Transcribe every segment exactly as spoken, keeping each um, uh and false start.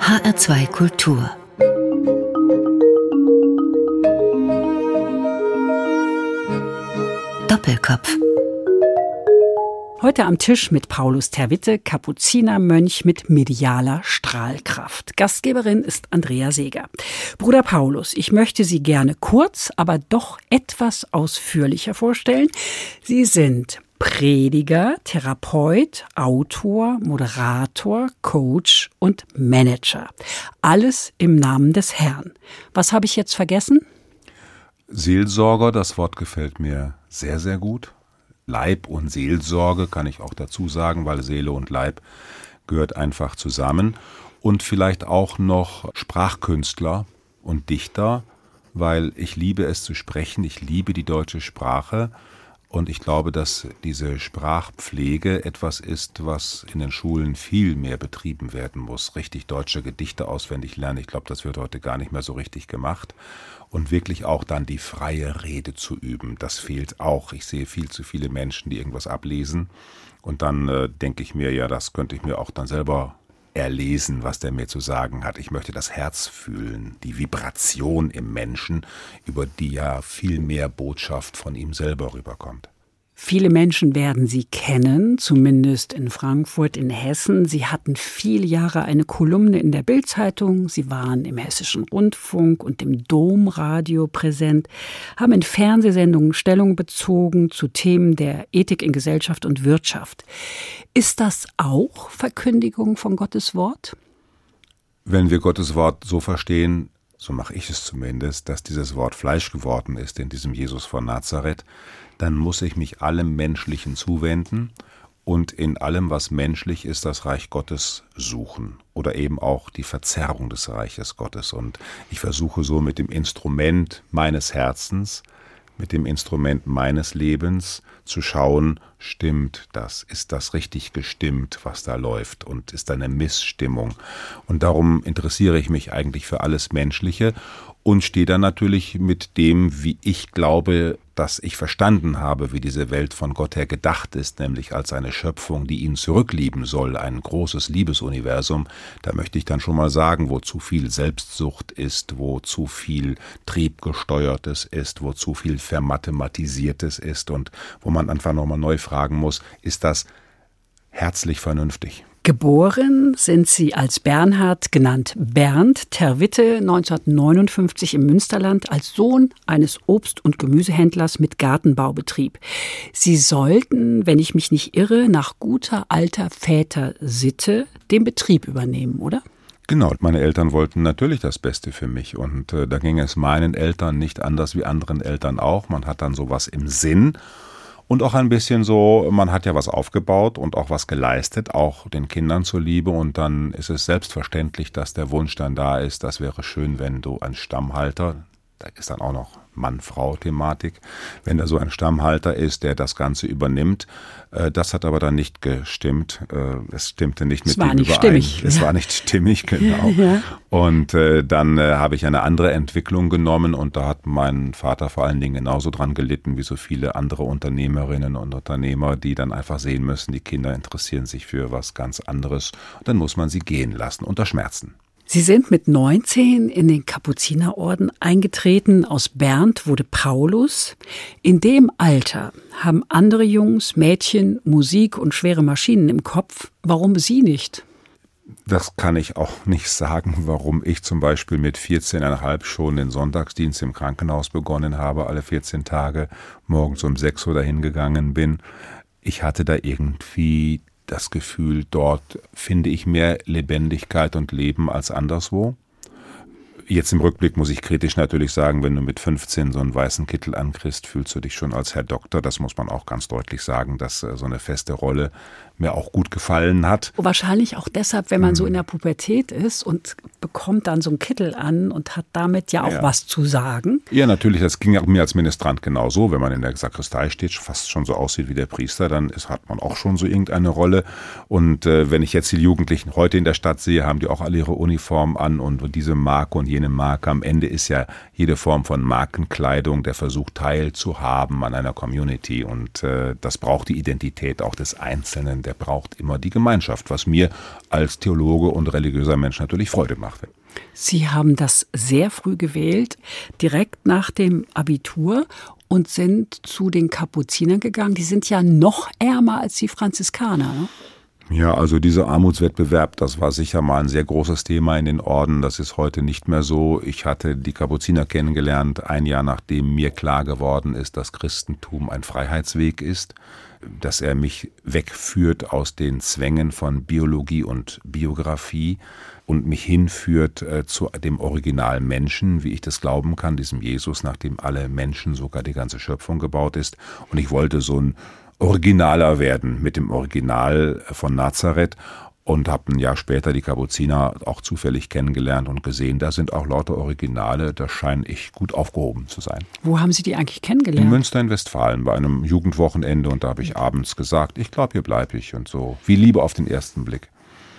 H R zwei Kultur. Doppelkopf. Heute am Tisch mit Paulus Terwitte, Kapuzinermönch mit medialer Strahlkraft. Gastgeberin ist Andrea Seeger. Bruder Paulus, ich möchte Sie gerne kurz, aber doch etwas ausführlicher vorstellen. Sie sind Prediger, Therapeut, Autor, Moderator, Coach und Manager. Alles im Namen des Herrn. Was habe ich jetzt vergessen? Seelsorger, das Wort gefällt mir sehr, sehr gut. Leib und Seelsorge kann ich auch dazu sagen, weil Seele und Leib gehört einfach zusammen. Und vielleicht auch noch Sprachkünstler und Dichter, weil ich liebe es zu sprechen, ich liebe die deutsche Sprache. Und ich glaube, dass diese Sprachpflege etwas ist, was in den Schulen viel mehr betrieben werden muss. Richtig deutsche Gedichte auswendig lernen, ich glaube, das wird heute gar nicht mehr so richtig gemacht. Und wirklich auch dann die freie Rede zu üben, das fehlt auch. Ich sehe viel zu viele Menschen, die irgendwas ablesen. Und dann äh, denke ich mir, ja, das könnte ich mir auch dann selber erlesen, was der mir zu sagen hat. Ich möchte das Herz fühlen, die Vibration im Menschen, über die ja viel mehr Botschaft von ihm selber rüberkommt. Viele Menschen werden Sie kennen, zumindest in Frankfurt, in Hessen. Sie hatten viele Jahre eine Kolumne in der Bild-Zeitung. Sie waren im Hessischen Rundfunk und im Domradio präsent, haben in Fernsehsendungen Stellung bezogen zu Themen der Ethik in Gesellschaft und Wirtschaft. Ist das auch Verkündigung von Gottes Wort? Wenn wir Gottes Wort so verstehen, so mache ich es zumindest, dass dieses Wort Fleisch geworden ist in diesem Jesus von Nazareth, dann muss ich mich allem Menschlichen zuwenden und in allem, was menschlich ist, das Reich Gottes suchen oder eben auch die Verzerrung des Reiches Gottes. Und ich versuche so mit dem Instrument meines Herzens, mit dem Instrument meines Lebens zu schauen, stimmt das? Ist das richtig gestimmt, was da läuft? Und ist da eine Missstimmung? Und darum interessiere ich mich eigentlich für alles Menschliche und stehe dann natürlich mit dem, wie ich glaube, dass ich verstanden habe, wie diese Welt von Gott her gedacht ist, nämlich als eine Schöpfung, die ihn zurücklieben soll, ein großes Liebesuniversum. Da möchte ich dann schon mal sagen, wo zu viel Selbstsucht ist, wo zu viel Triebgesteuertes ist, wo zu viel Vermathematisiertes ist und wo man einfach nochmal neu fragen muss, ist das herzlich vernünftig? Geboren sind Sie als Bernhard, genannt Bernd Terwitte, neunzehnhundertneunundfünfzig im Münsterland, als Sohn eines Obst- und Gemüsehändlers mit Gartenbaubetrieb. Sie sollten, wenn ich mich nicht irre, nach guter alter Vätersitte den Betrieb übernehmen, oder? Genau, meine Eltern wollten natürlich das Beste für mich und äh, da ging es meinen Eltern nicht anders wie anderen Eltern auch. Man hat dann sowas im Sinn. Und auch ein bisschen so, man hat ja was aufgebaut und auch was geleistet, auch den Kindern zuliebe. Und dann ist es selbstverständlich, dass der Wunsch dann da ist, das wäre schön, wenn du ein Stammhalter, da ist dann auch noch Mann-Frau-Thematik, wenn da so ein Stammhalter ist, der das Ganze übernimmt. Das hat aber dann nicht gestimmt. Es stimmte nicht mit dem überein. Es war nicht stimmig. Es war nicht stimmig, genau. Ja. Und äh, dann äh, habe ich eine andere Entwicklung genommen und da hat mein Vater vor allen Dingen genauso dran gelitten wie so viele andere Unternehmerinnen und Unternehmer, die dann einfach sehen müssen, die Kinder interessieren sich für was ganz anderes. Und dann muss man sie gehen lassen unter Schmerzen. Sie sind mit neunzehn in den Kapuzinerorden eingetreten. Aus Bernd wurde Paulus. In dem Alter haben andere Jungs, Mädchen Musik und schwere Maschinen im Kopf. Warum Sie nicht? Das kann ich auch nicht sagen, warum ich zum Beispiel mit vierzehn Komma fünf schon den Sonntagsdienst im Krankenhaus begonnen habe, alle vierzehn Tage, morgens um sechs Uhr dahin gegangen bin. Ich hatte da irgendwie das Gefühl, dort finde ich mehr Lebendigkeit und Leben als anderswo. Jetzt im Rückblick muss ich kritisch natürlich sagen, wenn du mit fünfzehn so einen weißen Kittel ankriegst, fühlst du dich schon als Herr Doktor. Das muss man auch ganz deutlich sagen, dass so eine feste Rolle mir auch gut gefallen hat. Wahrscheinlich auch deshalb, wenn man so in der Pubertät ist und bekommt dann so einen Kittel an und hat damit ja auch ja. was zu sagen. Ja, natürlich, das ging auch mir als Ministrant genauso. Wenn man in der Sakristei steht, fast schon so aussieht wie der Priester, dann ist, hat man auch schon so irgendeine Rolle. Und äh, wenn ich jetzt die Jugendlichen heute in der Stadt sehe, haben die auch alle ihre Uniform an und diese Marke und jene Marke. Am Ende ist ja jede Form von Markenkleidung der Versuch, teilzuhaben an einer Community. Und äh, das braucht die Identität auch des Einzelnen. Der braucht immer die Gemeinschaft, was mir als Theologe und religiöser Mensch natürlich Freude macht. Sie haben das sehr früh gewählt, direkt nach dem Abitur, und sind zu den Kapuzinern gegangen. Die sind ja noch ärmer als die Franziskaner, ne? Ja, also dieser Armutswettbewerb, das war sicher mal ein sehr großes Thema in den Orden. Das ist heute nicht mehr so. Ich hatte die Kapuziner kennengelernt, ein Jahr nachdem mir klar geworden ist, dass Christentum ein Freiheitsweg ist, dass er mich wegführt aus den Zwängen von Biologie und Biografie und mich hinführt äh, zu dem originalen Menschen, wie ich das glauben kann, diesem Jesus, nach dem alle Menschen, sogar die ganze Schöpfung gebaut ist. Und ich wollte so ein originaler werden mit dem Original von Nazareth und habe ein Jahr später die Kapuziner auch zufällig kennengelernt und gesehen, da sind auch lauter Originale, da scheine ich gut aufgehoben zu sein. Wo haben Sie die eigentlich kennengelernt? In Münster in Westfalen bei einem Jugendwochenende, und da habe ich abends gesagt, ich glaube, hier bleibe ich, und so, wie Liebe auf den ersten Blick.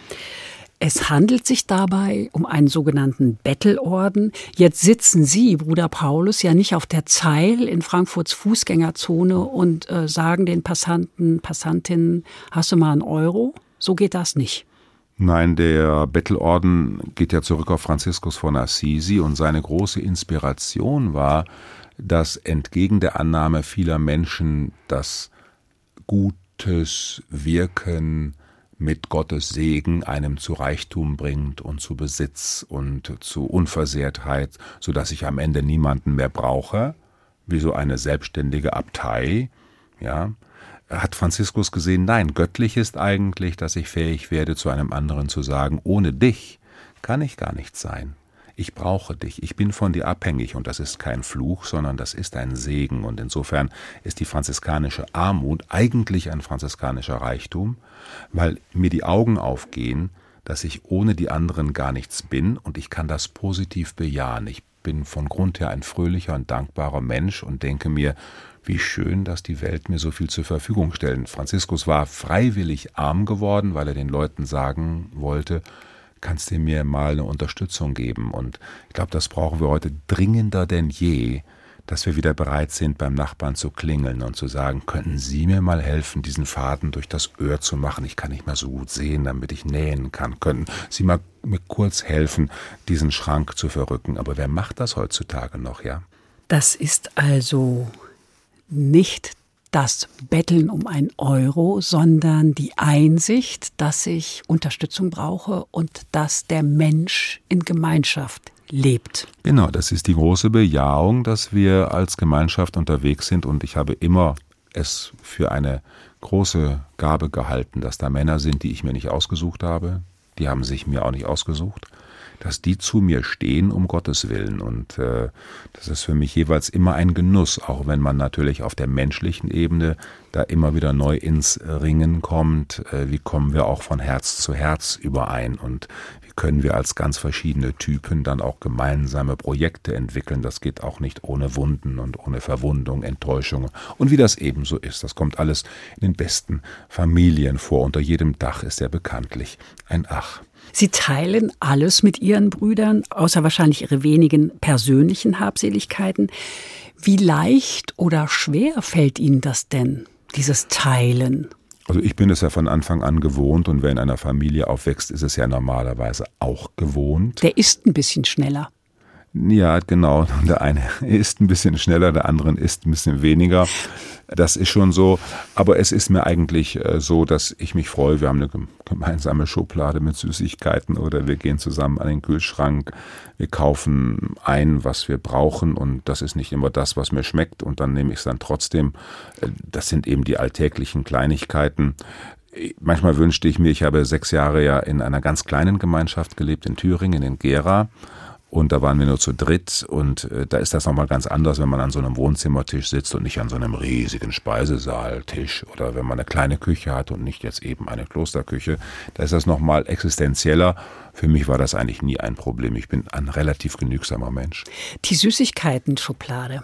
Es handelt sich dabei um einen sogenannten Bettelorden. Jetzt sitzen Sie, Bruder Paulus, ja nicht auf der Zeil in Frankfurts Fußgängerzone und äh, sagen den Passanten, Passantinnen, hast du mal einen Euro? So geht das nicht. Nein, der Bettelorden geht ja zurück auf Franziskus von Assisi, und seine große Inspiration war, dass entgegen der Annahme vieler Menschen das Gutes Wirken mit Gottes Segen einem zu Reichtum bringt und zu Besitz und zu Unversehrtheit, sodass ich am Ende niemanden mehr brauche, wie so eine selbstständige Abtei. Ja, hat Franziskus gesehen, nein, göttlich ist eigentlich, dass ich fähig werde, zu einem anderen zu sagen, ohne dich kann ich gar nicht sein. Ich brauche dich, ich bin von dir abhängig, und das ist kein Fluch, sondern das ist ein Segen. Und insofern ist die franziskanische Armut eigentlich ein franziskanischer Reichtum, weil mir die Augen aufgehen, dass ich ohne die anderen gar nichts bin, und ich kann das positiv bejahen. Ich bin von Grund her ein fröhlicher und dankbarer Mensch und denke mir, wie schön, dass die Welt mir so viel zur Verfügung stellt. Franziskus war freiwillig arm geworden, weil er den Leuten sagen wollte, kannst du mir mal eine Unterstützung geben? Und ich glaube, das brauchen wir heute dringender denn je, dass wir wieder bereit sind, beim Nachbarn zu klingeln und zu sagen, könnten Sie mir mal helfen, diesen Faden durch das Öhr zu machen? Ich kann nicht mehr so gut sehen, damit ich nähen kann. Könnten Sie mal mir kurz helfen, diesen Schrank zu verrücken? Aber wer macht das heutzutage noch, ja? Das ist also nicht das Betteln um einen Euro, sondern die Einsicht, dass ich Unterstützung brauche und dass der Mensch in Gemeinschaft lebt. Genau, das ist die große Bejahung, dass wir als Gemeinschaft unterwegs sind, und ich habe immer es für eine große Gabe gehalten, dass da Männer sind, die ich mir nicht ausgesucht habe, die haben sich mir auch nicht ausgesucht, dass die zu mir stehen um Gottes Willen, und äh, das ist für mich jeweils immer ein Genuss, auch wenn man natürlich auf der menschlichen Ebene da immer wieder neu ins Ringen kommt. Äh, wie kommen wir auch von Herz zu Herz überein, und wie können wir als ganz verschiedene Typen dann auch gemeinsame Projekte entwickeln? Das geht auch nicht ohne Wunden und ohne Verwundung, Enttäuschungen, und wie das eben so ist. Das kommt alles in den besten Familien vor. Unter jedem Dach ist ja bekanntlich ein Ach. Sie teilen alles mit Ihren Brüdern, außer wahrscheinlich Ihre wenigen persönlichen Habseligkeiten. Wie leicht oder schwer fällt Ihnen das denn, dieses Teilen? Also ich bin es ja von Anfang an gewohnt, und wer in einer Familie aufwächst, ist es ja normalerweise auch gewohnt. Der isst ein bisschen schneller. Ja, genau. Der eine isst ein bisschen schneller, der andere isst ein bisschen weniger. Das ist schon so. Aber es ist mir eigentlich so, dass ich mich freue. Wir haben eine gemeinsame Schublade mit Süßigkeiten, oder wir gehen zusammen an den Kühlschrank. Wir kaufen ein, was wir brauchen, und das ist nicht immer das, was mir schmeckt, und dann nehme ich es dann trotzdem. Das sind eben die alltäglichen Kleinigkeiten. Manchmal wünschte ich mir, ich habe sechs Jahre ja in einer ganz kleinen Gemeinschaft gelebt, in Thüringen, in Gera. Und da waren wir nur zu dritt, und äh, da ist das nochmal ganz anders, wenn man an so einem Wohnzimmertisch sitzt und nicht an so einem riesigen Speisesaaltisch, oder wenn man eine kleine Küche hat und nicht jetzt eben eine Klosterküche. Da ist das nochmal existenzieller. Für mich war das eigentlich nie ein Problem. Ich bin ein relativ genügsamer Mensch. Die Süßigkeiten-Schublade,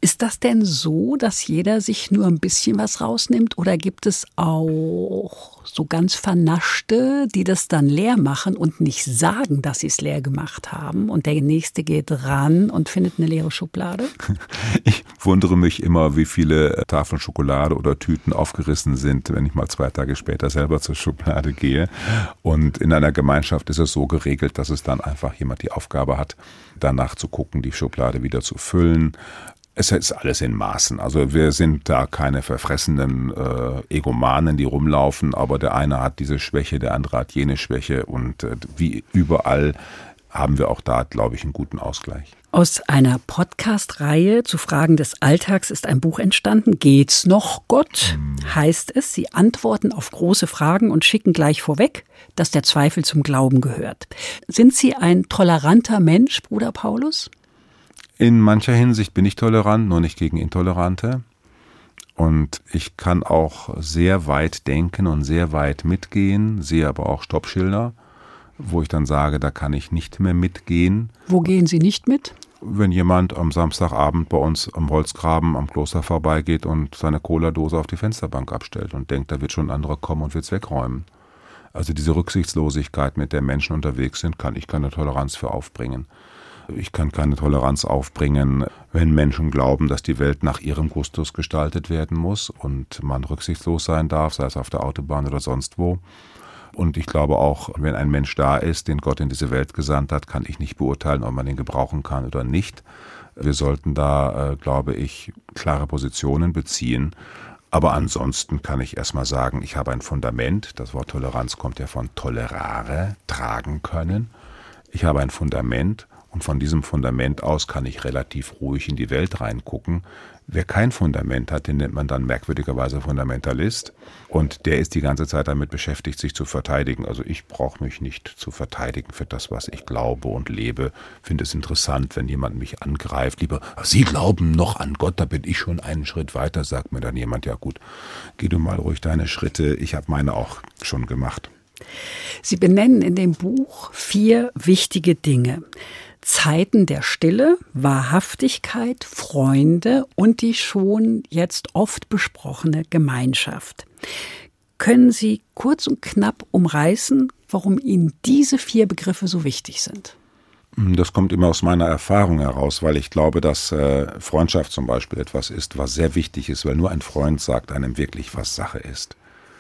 Ist das denn so, dass jeder sich nur ein bisschen was rausnimmt oder gibt es auch so ganz Vernaschte, die das dann leer machen und nicht sagen, dass sie es leer gemacht haben und der Nächste geht ran und findet eine leere Schublade? Ich wundere mich immer, wie viele Tafeln Schokolade oder Tüten aufgerissen sind, wenn ich mal zwei Tage später selber zur Schublade gehe. Und in einer Gemeinschaft ist es so geregelt, dass es dann einfach jemand die Aufgabe hat, danach zu gucken, die Schublade wieder zu füllen. Es ist alles in Maßen. Also wir sind da keine verfressenen äh, Egomanen, die rumlaufen, aber der eine hat diese Schwäche, der andere hat jene Schwäche und äh, wie überall haben wir auch da, glaube ich, einen guten Ausgleich. Aus einer Podcast-Reihe zu Fragen des Alltags ist ein Buch entstanden. Geht's noch, Gott? Hm. Heißt es, Sie antworten auf große Fragen und schicken gleich vorweg, dass der Zweifel zum Glauben gehört. Sind Sie ein toleranter Mensch, Bruder Paulus? In mancher Hinsicht bin ich tolerant, nur nicht gegen Intolerante. Und ich kann auch sehr weit denken und sehr weit mitgehen, sehe aber auch Stoppschilder, wo ich dann sage, da kann ich nicht mehr mitgehen. Wo gehen Sie nicht mit? Wenn jemand am Samstagabend bei uns am Holzgraben am Kloster vorbeigeht und seine Cola-Dose auf die Fensterbank abstellt und denkt, da wird schon ein anderer kommen und wird es wegräumen. Also diese Rücksichtslosigkeit, mit der Menschen unterwegs sind, kann ich keine Toleranz für aufbringen. Ich kann keine Toleranz aufbringen, wenn Menschen glauben, dass die Welt nach ihrem Gustus gestaltet werden muss und man rücksichtslos sein darf, sei es auf der Autobahn oder sonst wo. Und ich glaube auch, wenn ein Mensch da ist, den Gott in diese Welt gesandt hat, kann ich nicht beurteilen, ob man ihn gebrauchen kann oder nicht. Wir sollten da, äh, glaube ich, klare Positionen beziehen. Aber ansonsten kann ich erstmal sagen, ich habe ein Fundament. Das Wort Toleranz kommt ja von tolerare, tragen können. Ich habe ein Fundament. Und von diesem Fundament aus kann ich relativ ruhig in die Welt reingucken. Wer kein Fundament hat, den nennt man dann merkwürdigerweise Fundamentalist. Und der ist die ganze Zeit damit beschäftigt, sich zu verteidigen. Also ich brauche mich nicht zu verteidigen für das, was ich glaube und lebe. Finde es interessant, wenn jemand mich angreift. Lieber, Sie glauben noch an Gott, da bin ich schon einen Schritt weiter, sagt mir dann jemand. Ja gut, geh du mal ruhig deine Schritte. Ich habe meine auch schon gemacht. Sie benennen in dem Buch vier wichtige Dinge. Zeiten der Stille, Wahrhaftigkeit, Freunde und die schon jetzt oft besprochene Gemeinschaft. Können Sie kurz und knapp umreißen, warum Ihnen diese vier Begriffe so wichtig sind? Das kommt immer aus meiner Erfahrung heraus, weil ich glaube, dass äh, Freundschaft zum Beispiel etwas ist, was sehr wichtig ist, weil nur ein Freund sagt einem wirklich, was Sache ist.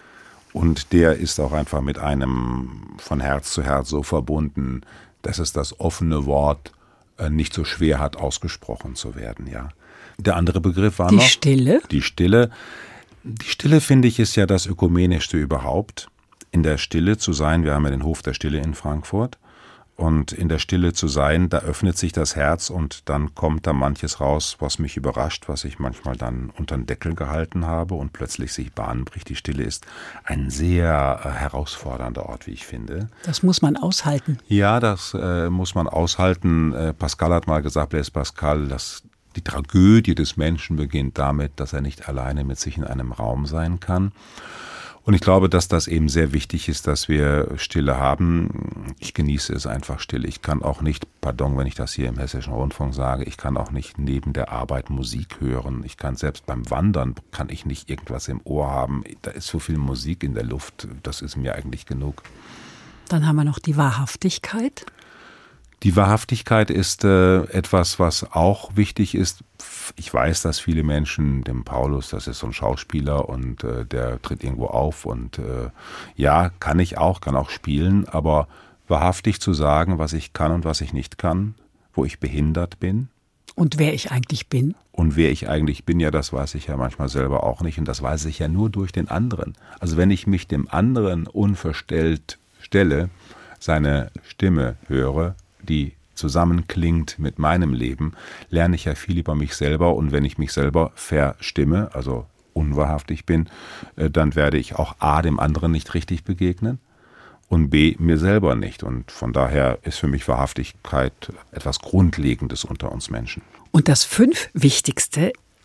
Und der ist auch einfach mit einem von Herz zu Herz so verbunden, dass es das offene Wort äh, nicht so schwer hat, ausgesprochen zu werden. Ja. Der andere Begriff war die noch Stille. Die Stille. Die Stille, finde ich, ist ja das Ökumenischste überhaupt. In der Stille zu sein, wir haben ja den Hof der Stille in Frankfurt. Und in der Stille zu sein, da öffnet sich das Herz und dann kommt da manches raus, was mich überrascht, was ich manchmal dann unter den Deckel gehalten habe und plötzlich sich Bahn bricht. Die Stille ist ein sehr äh, herausfordernder Ort, wie ich finde. Das muss man aushalten. Ja, das äh, muss man aushalten. Äh, Pascal hat mal gesagt, Blaise Pascal, dass die Tragödie des Menschen beginnt damit, dass er nicht alleine mit sich in einem Raum sein kann. Und ich glaube, dass das eben sehr wichtig ist, dass wir Stille haben. Ich genieße es einfach Stille. Ich kann auch nicht, pardon, wenn ich das hier im Hessischen Rundfunk sage, ich kann auch nicht neben der Arbeit Musik hören. Ich kann selbst beim Wandern, kann ich nicht irgendwas im Ohr haben. Da ist so viel Musik in der Luft, das ist mir eigentlich genug. Dann haben wir noch die Wahrhaftigkeit. Die Wahrhaftigkeit ist äh, etwas, was auch wichtig ist. Ich weiß, dass viele Menschen, dem Paulus, das ist so ein Schauspieler und äh, der tritt irgendwo auf und äh, ja, kann ich auch, kann auch spielen, aber wahrhaftig zu sagen, was ich kann und was ich nicht kann, wo ich behindert bin. Und wer ich eigentlich bin. Und wer ich eigentlich bin, ja, das weiß ich ja manchmal selber auch nicht und das weiß ich ja nur durch den anderen. Also wenn ich mich dem anderen unverstellt stelle, seine Stimme höre, die zusammenklingt mit meinem Leben, lerne ich ja viel über mich selber und wenn ich mich selber verstimme, also unwahrhaftig bin, dann werde ich auch A, dem anderen nicht richtig begegnen und B, mir selber nicht. Und von daher ist für mich Wahrhaftigkeit etwas Grundlegendes unter uns Menschen. Und das fünf Wichtigste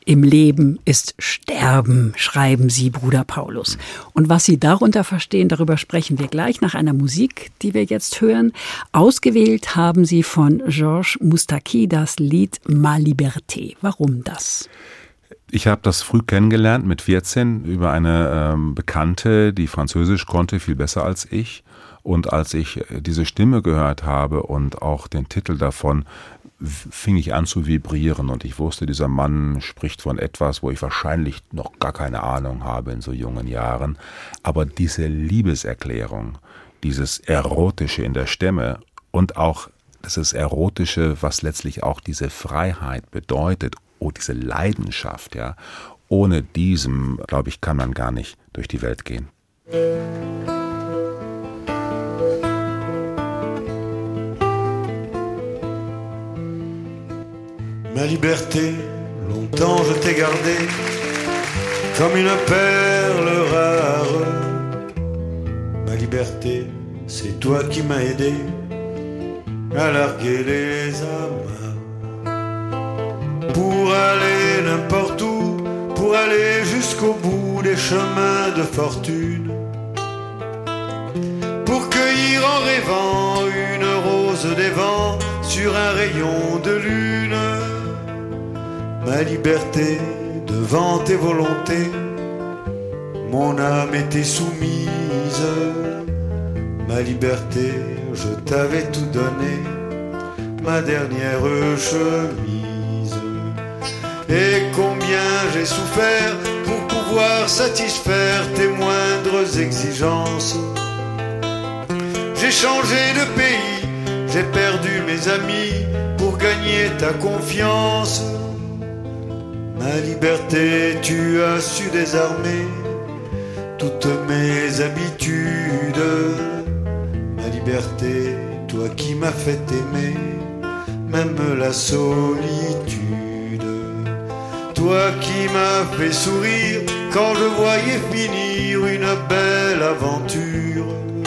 im Leben ist Sterben, schreiben Sie, Bruder Paulus. Und was Sie darunter verstehen, darüber sprechen wir gleich nach einer Musik, die wir jetzt hören. Ausgewählt haben Sie von Georges Moustaki das Lied Ma Liberté. Warum das? Ich habe das früh kennengelernt, mit vierzehn, über eine ähm, Bekannte, die Französisch konnte, viel besser als ich. Und als ich diese Stimme gehört habe und auch den Titel davon, fing ich an zu vibrieren. Und ich wusste, dieser Mann spricht von etwas, wo ich wahrscheinlich noch gar keine Ahnung habe in so jungen Jahren. Aber diese Liebeserklärung, dieses Erotische in der Stimme und auch dieses Erotische, was letztlich auch diese Freiheit bedeutet, oh, diese Leidenschaft, ja. Ohne diesem, glaube ich, kann man gar nicht durch die Welt gehen. Ma liberté, longtemps je t'ai gardée comme une perle rare. Ma liberté, c'est toi qui m'as aidé à larguer les amarres. Pour aller n'importe où, pour aller jusqu'au bout des chemins de fortune. Pour cueillir en rêvant une rose des vents sur un rayon de lune. Ma liberté, devant tes volontés, mon âme était soumise. Ma liberté, je t'avais tout donné, ma dernière chemise. Et combien j'ai souffert pour pouvoir satisfaire tes moindres exigences. J'ai changé de pays, j'ai perdu mes amis pour gagner ta confiance. Ma liberté, tu as su désarmer toutes mes habitudes. Ma liberté, toi qui m'as fait aimer même la solitude. Toi qui m'as fait sourire quand je voyais finir une belle aventure.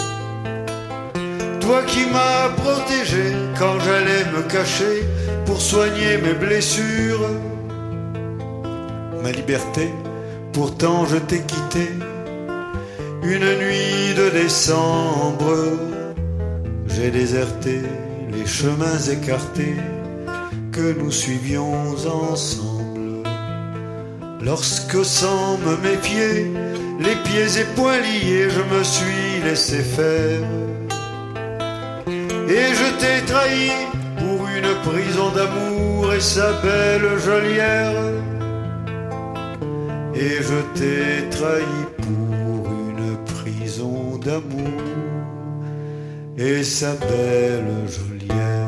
Toi qui m'as protégé quand j'allais me cacher pour soigner mes blessures. Ma liberté, pourtant je t'ai quitté une nuit de décembre. J'ai déserté les chemins écartés que nous suivions ensemble. Lorsque sans me méfier, les pieds et poings liés, je me suis laissé faire. Et je t'ai trahi pour une prison d'amour et sa belle geôlière. Et je t'ai trahi pour une prison d'amour et sa belle geôlière.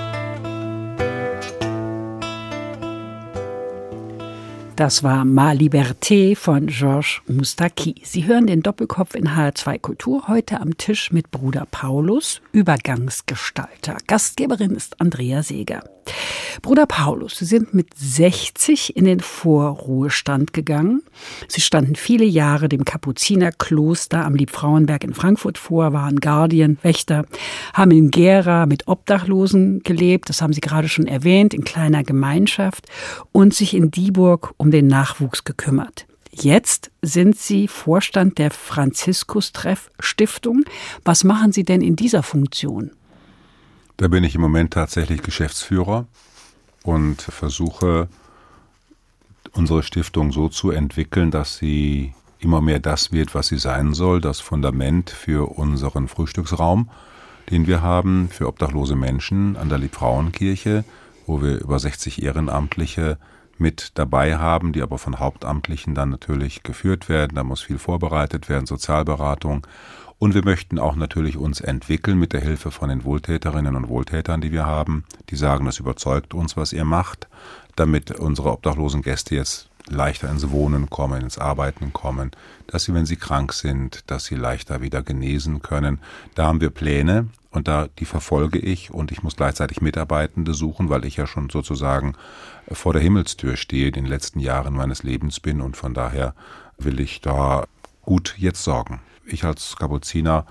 Das war Ma Liberté von Georges Moustaki. Sie hören den Doppelkopf in H R zwei Kultur, heute am Tisch mit Bruder Paulus, Übergangsgestalter. Gastgeberin ist Andrea Seeger. Bruder Paulus, Sie sind mit sechzig in den Vorruhestand gegangen. Sie standen viele Jahre dem Kapuzinerkloster am Liebfrauenberg in Frankfurt vor, waren Guardian, Wächter, haben in Gera mit Obdachlosen gelebt, das haben Sie gerade schon erwähnt, in kleiner Gemeinschaft und sich in Dieburg um den Nachwuchs gekümmert. Jetzt sind Sie Vorstand der Franziskus-Treff-Stiftung. Was machen Sie denn in dieser Funktion? Da bin ich im Moment tatsächlich Geschäftsführer und versuche, unsere Stiftung so zu entwickeln, dass sie immer mehr das wird, was sie sein soll, das Fundament für unseren Frühstücksraum, den wir haben für obdachlose Menschen an der Liebfrauenkirche, wo wir über sechzig Ehrenamtliche mit dabei haben, die aber von Hauptamtlichen dann natürlich geführt werden. Da muss viel vorbereitet werden, Sozialberatung. Und wir möchten auch natürlich uns entwickeln mit der Hilfe von den Wohltäterinnen und Wohltätern, die wir haben. Die sagen, das überzeugt uns, was ihr macht, damit unsere obdachlosen Gäste jetzt leichter ins Wohnen kommen, ins Arbeiten kommen, dass sie, wenn sie krank sind, dass sie leichter wieder genesen können. Da haben wir Pläne und da die verfolge ich und ich muss gleichzeitig Mitarbeitende suchen, weil ich ja schon sozusagen vor der Himmelstür stehe, in den letzten Jahren meines Lebens bin und von daher will ich da gut jetzt sorgen. Ich als Kapuziner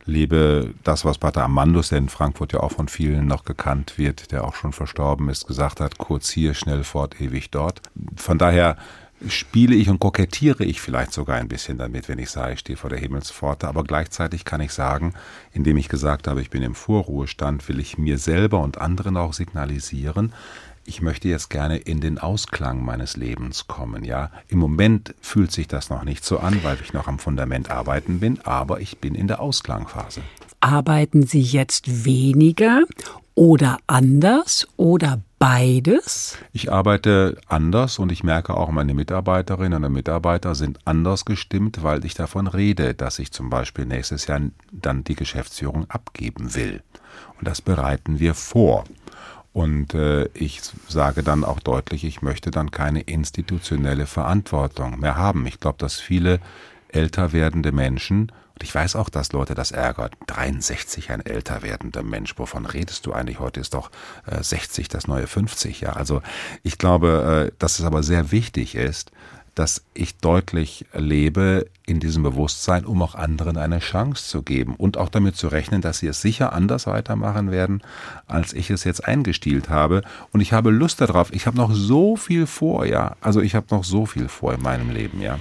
lebe das, was Pater Amandus, der in Frankfurt ja auch von vielen noch gekannt wird, der auch schon verstorben ist, gesagt hat, kurz hier, schnell fort, ewig dort. Von daher spiele ich und kokettiere ich vielleicht sogar ein bisschen damit, wenn ich sage, ich stehe vor der Himmelspforte. Aber gleichzeitig kann ich sagen, indem ich gesagt habe, ich bin im Vorruhestand, will ich mir selber und anderen auch signalisieren, ich möchte jetzt gerne in den Ausklang meines Lebens kommen. Ja, im Moment fühlt sich das noch nicht so an, weil ich noch am Fundament arbeiten bin, aber ich bin in der Ausklangphase. Arbeiten Sie jetzt weniger oder anders oder beides? Ich arbeite anders und ich merke auch, meine Mitarbeiterinnen und Mitarbeiter sind anders gestimmt, weil ich davon rede, dass ich zum Beispiel nächstes Jahr dann die Geschäftsführung abgeben will. Und das bereiten wir vor. Und äh, ich sage dann auch deutlich, ich möchte dann keine institutionelle Verantwortung mehr haben. Ich glaube, dass viele älter werdende Menschen, und ich weiß auch, dass Leute das ärgert, dreiundsechzig, ein älter werdender Mensch, wovon redest du eigentlich? Heute ist doch äh, sechzig das neue fünfzig. Ja, also ich glaube, äh, dass es aber sehr wichtig ist, dass ich deutlich lebe in diesem Bewusstsein, um auch anderen eine Chance zu geben und auch damit zu rechnen, dass sie es sicher anders weitermachen werden, als ich es jetzt eingestielt habe. Und ich habe Lust darauf. Ich habe noch so viel vor, ja. Also ich habe noch so viel vor in meinem Leben, ja.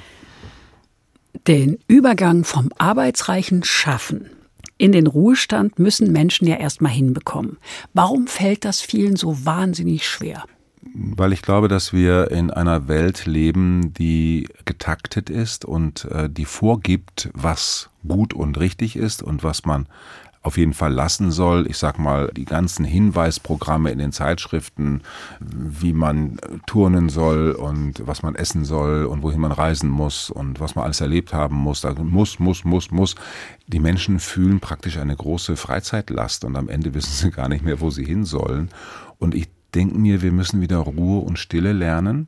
Den Übergang vom arbeitsreichen Schaffen in den Ruhestand müssen Menschen ja erstmal hinbekommen. Warum fällt das vielen so wahnsinnig schwer? Weil ich glaube, dass wir in einer Welt leben, die getaktet ist und äh, die vorgibt, was gut und richtig ist und was man auf jeden Fall lassen soll. Ich sag mal, die ganzen Hinweisprogramme in den Zeitschriften, wie man turnen soll und was man essen soll und wohin man reisen muss und was man alles erlebt haben muss. Also muss, muss, muss, muss. Die Menschen fühlen praktisch eine große Freizeitlast und am Ende wissen sie gar nicht mehr, wo sie hin sollen. Und ich denke mir, wir müssen wieder Ruhe und Stille lernen.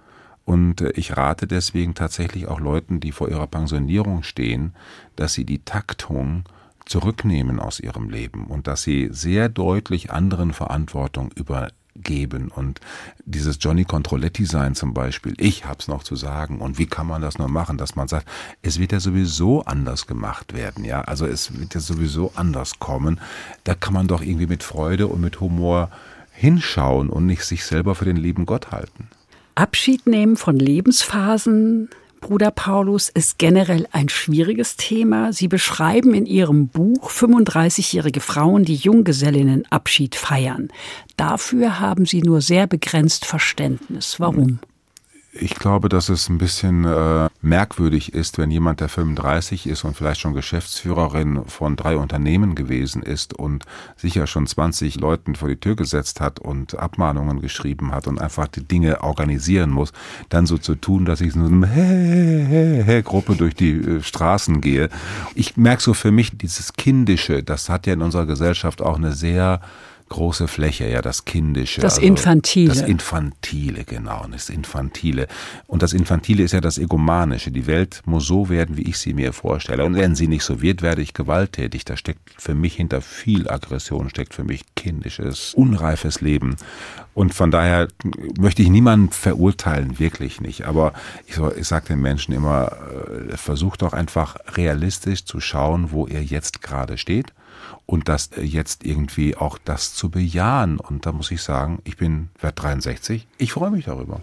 Und ich rate deswegen tatsächlich auch Leuten, die vor ihrer Pensionierung stehen, dass sie die Taktung zurücknehmen aus ihrem Leben und dass sie sehr deutlich anderen Verantwortung übergeben. Und dieses Johnny Controletti-Sein zum Beispiel, ich hab's noch zu sagen und wie kann man das nur machen, dass man sagt, es wird ja sowieso anders gemacht werden, ja, also es wird ja sowieso anders kommen. Da kann man doch irgendwie mit Freude und mit Humor hinschauen und nicht sich selber für den lieben Gott halten. Abschied nehmen von Lebensphasen, Bruder Paulus, ist generell ein schwieriges Thema. Sie beschreiben in Ihrem Buch fünfunddreißigjährige Frauen, die Junggesellinnenabschied feiern. Dafür haben Sie nur sehr begrenzt Verständnis. Warum? Ich glaube, dass es ein bisschen äh, merkwürdig ist, wenn jemand, der fünfunddreißig ist und vielleicht schon Geschäftsführerin von drei Unternehmen gewesen ist und sicher schon zwanzig Leuten vor die Tür gesetzt hat und Abmahnungen geschrieben hat und einfach die Dinge organisieren muss, dann so zu tun, dass ich so eine Hä-Hä-Hä-Gruppe durch die äh, Straßen gehe. Ich merke so für mich, dieses Kindische, das hat ja in unserer Gesellschaft auch eine sehr große Fläche, ja, das Kindische. Das also Infantile. Das Infantile, genau, das Infantile. Und das Infantile ist ja das Egomanische. Die Welt muss so werden, wie ich sie mir vorstelle. Und wenn sie nicht so wird, werde ich gewalttätig. Da steckt für mich hinter viel Aggression, steckt für mich kindisches, unreifes Leben. Und von daher möchte ich niemanden verurteilen, wirklich nicht. Aber ich, ich sage den Menschen immer, äh, versucht doch einfach realistisch zu schauen, wo ihr jetzt gerade steht. Und das jetzt irgendwie auch das zu bejahen. Und da muss ich sagen, ich bin werde dreiundsechzig, ich freue mich darüber.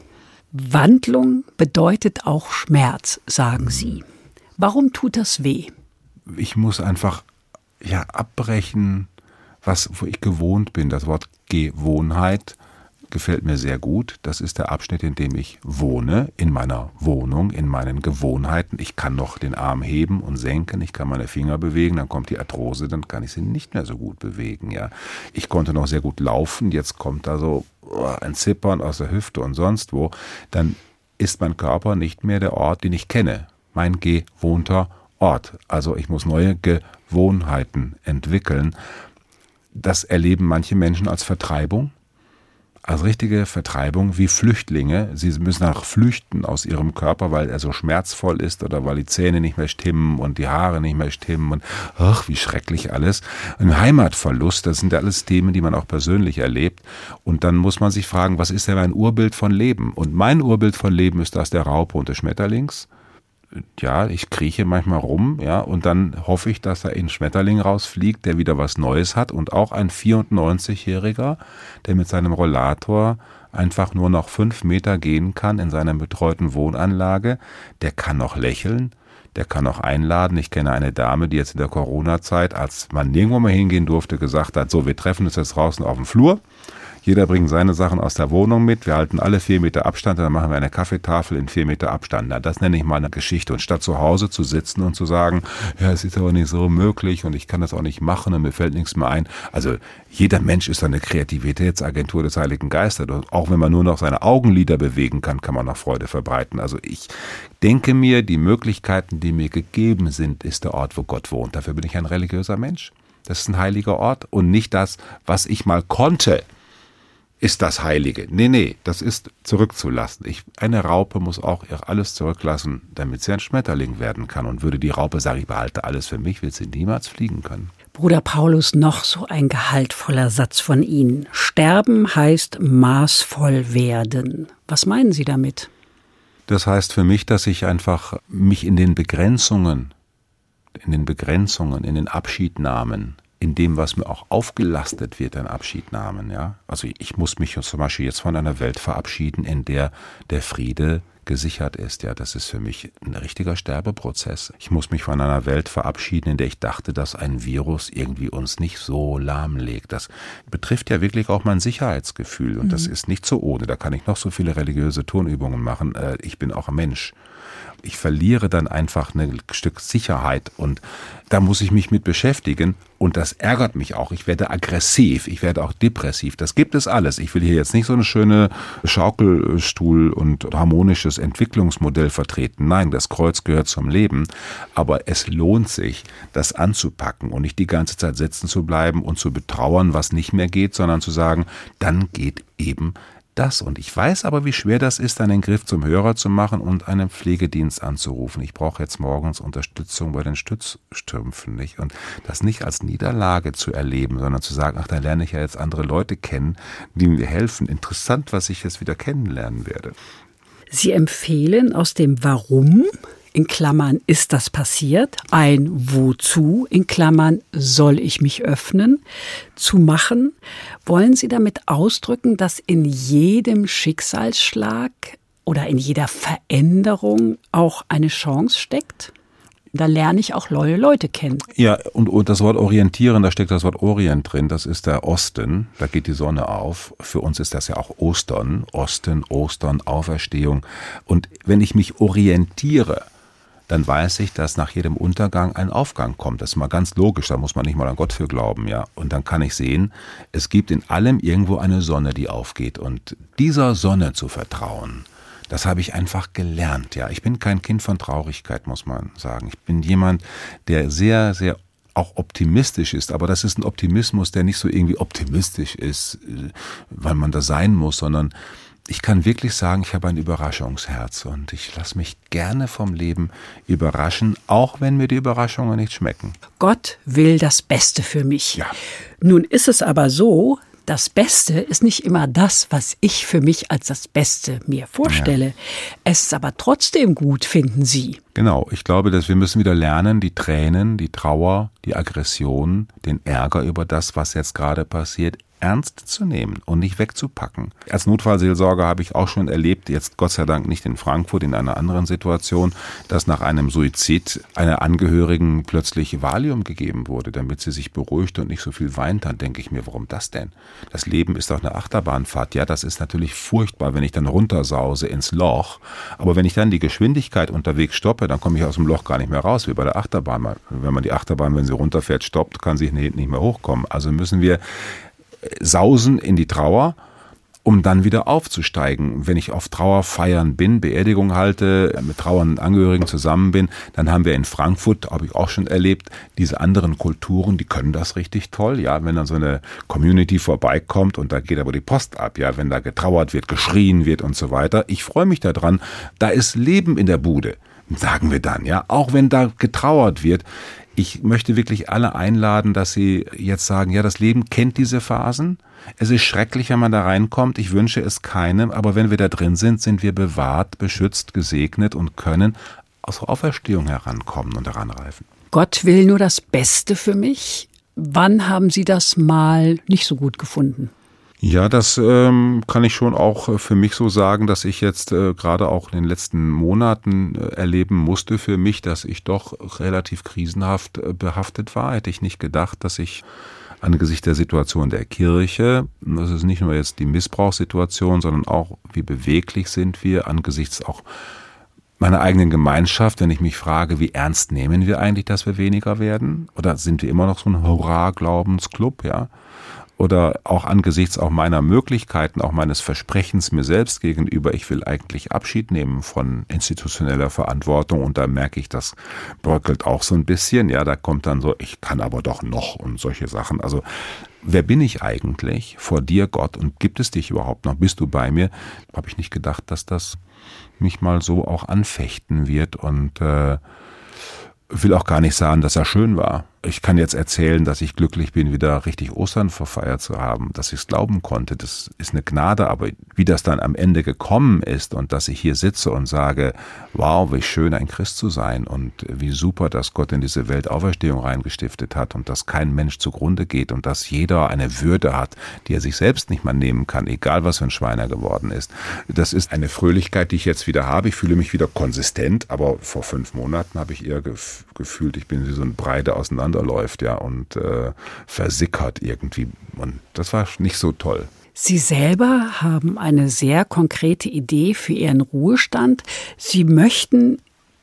Wandlung bedeutet auch Schmerz, sagen Sie. Warum tut das weh? Ich muss einfach ja abbrechen, was wo ich gewohnt bin. Das Wort Gewohnheit gefällt mir sehr gut. Das ist der Abschnitt, in dem ich wohne, in meiner Wohnung, in meinen Gewohnheiten. Ich kann noch den Arm heben und senken, ich kann meine Finger bewegen, dann kommt die Arthrose, dann kann ich sie nicht mehr so gut bewegen. Ja, ich konnte noch sehr gut laufen, jetzt kommt da so ein Zippern aus der Hüfte und sonst wo. Dann ist mein Körper nicht mehr der Ort, den ich kenne, mein gewohnter Ort. Also ich muss neue Gewohnheiten entwickeln. Das erleben manche Menschen als Vertreibung. Als richtige Vertreibung wie Flüchtlinge. Sie müssen auch flüchten aus ihrem Körper, weil er so schmerzvoll ist oder weil die Zähne nicht mehr stimmen und die Haare nicht mehr stimmen und ach, wie schrecklich alles. Ein Heimatverlust, das sind ja alles Themen, die man auch persönlich erlebt. Und dann muss man sich fragen, was ist denn mein Urbild von Leben? Und mein Urbild von Leben ist das der Raupe und des Schmetterlings. ja, ich krieche manchmal rum, ja, und dann hoffe ich, dass da ein Schmetterling rausfliegt, der wieder was Neues hat und auch ein vierundneunzigjähriger, der mit seinem Rollator einfach nur noch fünf Meter gehen kann in seiner betreuten Wohnanlage, der kann noch lächeln, der kann auch einladen. Ich kenne eine Dame, die jetzt in der Corona-Zeit, als man nirgendwo mehr hingehen durfte, gesagt hat, so, wir treffen uns jetzt draußen auf dem Flur. Jeder bringt seine Sachen aus der Wohnung mit. Wir halten alle vier Meter Abstand und dann machen wir eine Kaffeetafel in vier Meter Abstand. Na, das nenne ich mal eine Geschichte. Und statt zu Hause zu sitzen und zu sagen, ja, es ist aber nicht so möglich und ich kann das auch nicht machen und mir fällt nichts mehr ein. Also jeder Mensch ist eine Kreativitätsagentur des Heiligen Geistes. Und auch wenn man nur noch seine Augenlider bewegen kann, kann man noch Freude verbreiten. Also ich denke mir, die Möglichkeiten, die mir gegeben sind, ist der Ort, wo Gott wohnt. Dafür bin ich ein religiöser Mensch. Das ist ein heiliger Ort und nicht das, was ich mal konnte, ist das Heilige. Nee, nee, das ist zurückzulassen. Ich, eine Raupe muss auch alles zurücklassen, damit sie ein Schmetterling werden kann. Und würde die Raupe sagen, ich behalte alles für mich, wird sie niemals fliegen können. Bruder Paulus, noch so ein gehaltvoller Satz von Ihnen. Sterben heißt maßvoll werden. Was meinen Sie damit? Das heißt für mich, dass ich einfach mich in den Begrenzungen, in den Begrenzungen, in den Abschiednahmen, in dem, was mir auch aufgelastet wird, ein Abschiednahmen. Ja? Also ich muss mich zum Beispiel jetzt von einer Welt verabschieden, in der der Friede gesichert ist. Ja, das ist für mich ein richtiger Sterbeprozess. Ich muss mich von einer Welt verabschieden, in der ich dachte, dass ein Virus irgendwie uns nicht so lahmlegt. Das betrifft ja wirklich auch mein Sicherheitsgefühl und mhm. das ist nicht so ohne. Da kann ich noch so viele religiöse Turnübungen machen. Ich bin auch ein Mensch. Ich verliere dann einfach ein Stück Sicherheit und da muss ich mich mit beschäftigen und das ärgert mich auch. Ich werde aggressiv, ich werde auch depressiv. Das gibt es alles. Ich will hier jetzt nicht so eine schöne Schaukelstuhl- und harmonisches Entwicklungsmodell vertreten. Nein, das Kreuz gehört zum Leben, aber es lohnt sich, das anzupacken und nicht die ganze Zeit sitzen zu bleiben und zu betrauern, was nicht mehr geht, sondern zu sagen, dann geht eben das. Und ich weiß aber, wie schwer das ist, einen Griff zum Hörer zu machen und einen Pflegedienst anzurufen. Ich brauche jetzt morgens Unterstützung bei den Stützstrümpfen, nicht? Und das nicht als Niederlage zu erleben, sondern zu sagen, ach, da lerne ich ja jetzt andere Leute kennen, die mir helfen. Interessant, was ich jetzt wieder kennenlernen werde. Sie empfehlen aus dem Warum, in Klammern, ist das passiert, ein Wozu, in Klammern, soll ich mich öffnen, zu machen. Wollen Sie damit ausdrücken, dass in jedem Schicksalsschlag oder in jeder Veränderung auch eine Chance steckt? Da lerne ich auch neue Leute kennen. Ja, und, und das Wort orientieren, da steckt das Wort Orient drin, das ist der Osten, da geht die Sonne auf. Für uns ist das ja auch Ostern, Osten, Ostern, Auferstehung. Und wenn ich mich orientiere, dann weiß ich, dass nach jedem Untergang ein Aufgang kommt. Das ist mal ganz logisch, da muss man nicht mal an Gott für glauben, ja. Und dann kann ich sehen, es gibt in allem irgendwo eine Sonne, die aufgeht. Und dieser Sonne zu vertrauen, das habe ich einfach gelernt, ja. Ich bin kein Kind von Traurigkeit, muss man sagen. Ich bin jemand, der sehr, sehr auch optimistisch ist, aber das ist ein Optimismus, der nicht so irgendwie optimistisch ist, weil man das sein muss, sondern ich kann wirklich sagen, ich habe ein Überraschungsherz und ich lasse mich gerne vom Leben überraschen, auch wenn mir die Überraschungen nicht schmecken. Gott will das Beste für mich. Ja. Nun ist es aber so, das Beste ist nicht immer das, was ich für mich als das Beste mir vorstelle. Ja. Es ist aber trotzdem gut, finden Sie. Genau, ich glaube, dass wir müssen wieder lernen, die Tränen, die Trauer, die Aggression, den Ärger über das, was jetzt gerade passiert, ernst zu nehmen und nicht wegzupacken. Als Notfallseelsorger habe ich auch schon erlebt, jetzt Gott sei Dank nicht in Frankfurt, in einer anderen Situation, dass nach einem Suizid einer Angehörigen plötzlich Valium gegeben wurde, damit sie sich beruhigt und nicht so viel weint. Dann denke ich mir, warum das denn? Das Leben ist doch eine Achterbahnfahrt. Ja, das ist natürlich furchtbar, wenn ich dann runtersause ins Loch. Aber wenn ich dann die Geschwindigkeit unterwegs stoppe, dann komme ich aus dem Loch gar nicht mehr raus, wie bei der Achterbahn. Wenn man die Achterbahn, wenn sie runterfährt, stoppt, kann sie nicht mehr hochkommen. Also müssen wir sausen in die Trauer, um dann wieder aufzusteigen. Wenn ich auf Trauerfeiern bin, Beerdigung halte, mit trauernden Angehörigen zusammen bin, dann haben wir in Frankfurt, habe ich auch schon erlebt, diese anderen Kulturen, die können das richtig toll. Ja, wenn dann so eine Community vorbeikommt und da geht aber die Post ab, ja, wenn da getrauert wird, geschrien wird und so weiter. Ich freue mich daran, da ist Leben in der Bude, sagen wir dann, ja, auch wenn da getrauert wird. Ich möchte wirklich alle einladen, dass sie jetzt sagen, ja, das Leben kennt diese Phasen. Es ist schrecklich, wenn man da reinkommt. Ich wünsche es keinem. Aber wenn wir da drin sind, sind wir bewahrt, beschützt, gesegnet und können zur Auferstehung herankommen und heranreifen. Gott will nur das Beste für mich. Wann haben Sie das mal nicht so gut gefunden? Ja, das ähm, kann ich schon auch für mich so sagen, dass ich jetzt äh, gerade auch in den letzten Monaten äh, erleben musste für mich, dass ich doch relativ krisenhaft äh, behaftet war. Hätte ich nicht gedacht, dass ich angesichts der Situation der Kirche, das ist nicht nur jetzt die Missbrauchssituation, sondern auch, wie beweglich sind wir angesichts auch meiner eigenen Gemeinschaft, wenn ich mich frage, wie ernst nehmen wir eigentlich, dass wir weniger werden? Oder sind wir immer noch so ein Hurra-Glaubensclub, ja? Oder auch angesichts auch meiner Möglichkeiten, auch meines Versprechens mir selbst gegenüber, ich will eigentlich Abschied nehmen von institutioneller Verantwortung und da merke ich, das bröckelt auch so ein bisschen, ja, da kommt dann so, ich kann aber doch noch und solche Sachen. Also wer bin ich eigentlich vor dir, Gott, und gibt es dich überhaupt noch? Bist du bei mir? Habe ich nicht gedacht, dass das mich mal so auch anfechten wird und äh, will auch gar nicht sagen, dass er schön war. Ich kann jetzt erzählen, dass ich glücklich bin, wieder richtig Ostern verfeiert zu haben, dass ich es glauben konnte. Das ist eine Gnade, aber wie das dann am Ende gekommen ist und dass ich hier sitze und sage, wow, wie schön ein Christ zu sein und wie super, dass Gott in diese Welt Auferstehung reingestiftet hat und dass kein Mensch zugrunde geht und dass jeder eine Würde hat, die er sich selbst nicht mal nehmen kann, egal was für ein Schwein er geworden ist. Das ist eine Fröhlichkeit, die ich jetzt wieder habe. Ich fühle mich wieder konsistent, aber vor fünf Monaten habe ich eher gef- gefühlt, ich bin wie so ein Brei, der auseinander läuft, ja, und äh, versickert irgendwie. Und das war nicht so toll. Sie selber haben eine sehr konkrete Idee für Ihren Ruhestand. Sie möchten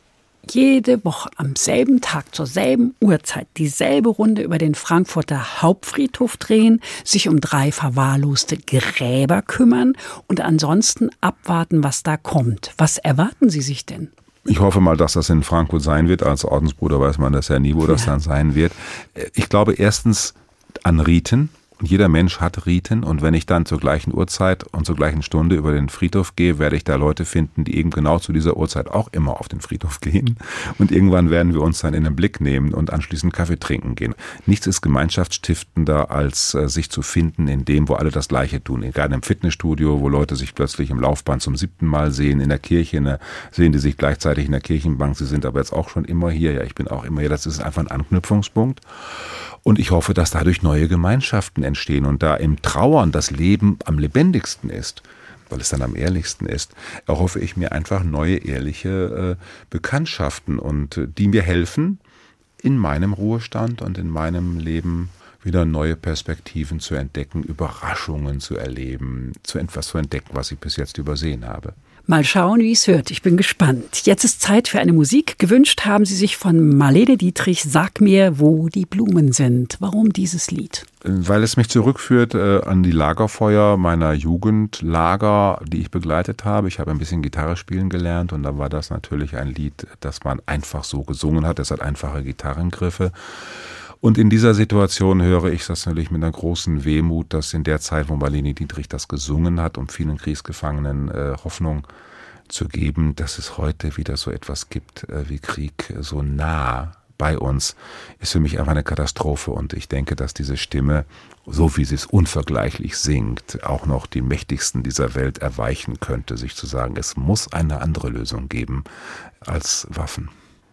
jede Woche am selben Tag zur selben Uhrzeit dieselbe Runde über den Frankfurter Hauptfriedhof drehen, sich um drei verwahrloste Gräber kümmern und ansonsten abwarten, was da kommt. Was erwarten Sie sich denn? Ich hoffe mal, dass das in Frankfurt sein wird. Als Ordensbruder weiß man das ja nie, wo das ja. dann sein wird. Ich glaube erstens an Riten. Und jeder Mensch hat Riten. Und wenn ich dann zur gleichen Uhrzeit und zur gleichen Stunde über den Friedhof gehe, werde ich da Leute finden, die eben genau zu dieser Uhrzeit auch immer auf den Friedhof gehen. Und irgendwann werden wir uns dann in den Blick nehmen und anschließend Kaffee trinken gehen. Nichts ist gemeinschaftsstiftender, als äh, sich zu finden in dem, wo alle das Gleiche tun. Egal im Fitnessstudio, wo Leute sich plötzlich im Laufband zum siebten Mal sehen, in der Kirche in der, sehen die sich gleichzeitig in der Kirchenbank. Sie sind aber jetzt auch schon immer hier. Ja, ich bin auch immer hier. Das ist einfach ein Anknüpfungspunkt. Und ich hoffe, dass dadurch neue Gemeinschaften entstehen und da im Trauern das Leben am lebendigsten ist, weil es dann am ehrlichsten ist, erhoffe ich mir einfach neue, ehrliche äh, Bekanntschaften und äh, die mir helfen, in meinem Ruhestand und in meinem Leben wieder neue Perspektiven zu entdecken, Überraschungen zu erleben, zu etwas zu entdecken, was ich bis jetzt übersehen habe. Mal schauen, wie es hört. Ich bin gespannt. Jetzt ist Zeit für eine Musik. Gewünscht haben Sie sich von Marlene Dietrich, Sag mir, wo die Blumen sind. Warum dieses Lied? Weil es mich zurückführt äh, an die Lagerfeuer meiner Jugendlager, die ich begleitet habe. Ich habe ein bisschen Gitarre spielen gelernt und da war das natürlich ein Lied, das man einfach so gesungen hat. Es hat einfache Gitarrengriffe. Und in dieser Situation höre ich das natürlich mit einer großen Wehmut, dass in der Zeit, wo Marlene Dietrich das gesungen hat, um vielen Kriegsgefangenen äh, Hoffnung zu geben, dass es heute wieder so etwas gibt äh, wie Krieg so nah bei uns, ist für mich einfach eine Katastrophe. Und ich denke, dass diese Stimme, so wie sie es unvergleichlich singt, auch noch die Mächtigsten dieser Welt erweichen könnte, sich zu sagen, es muss eine andere Lösung geben als Waffen.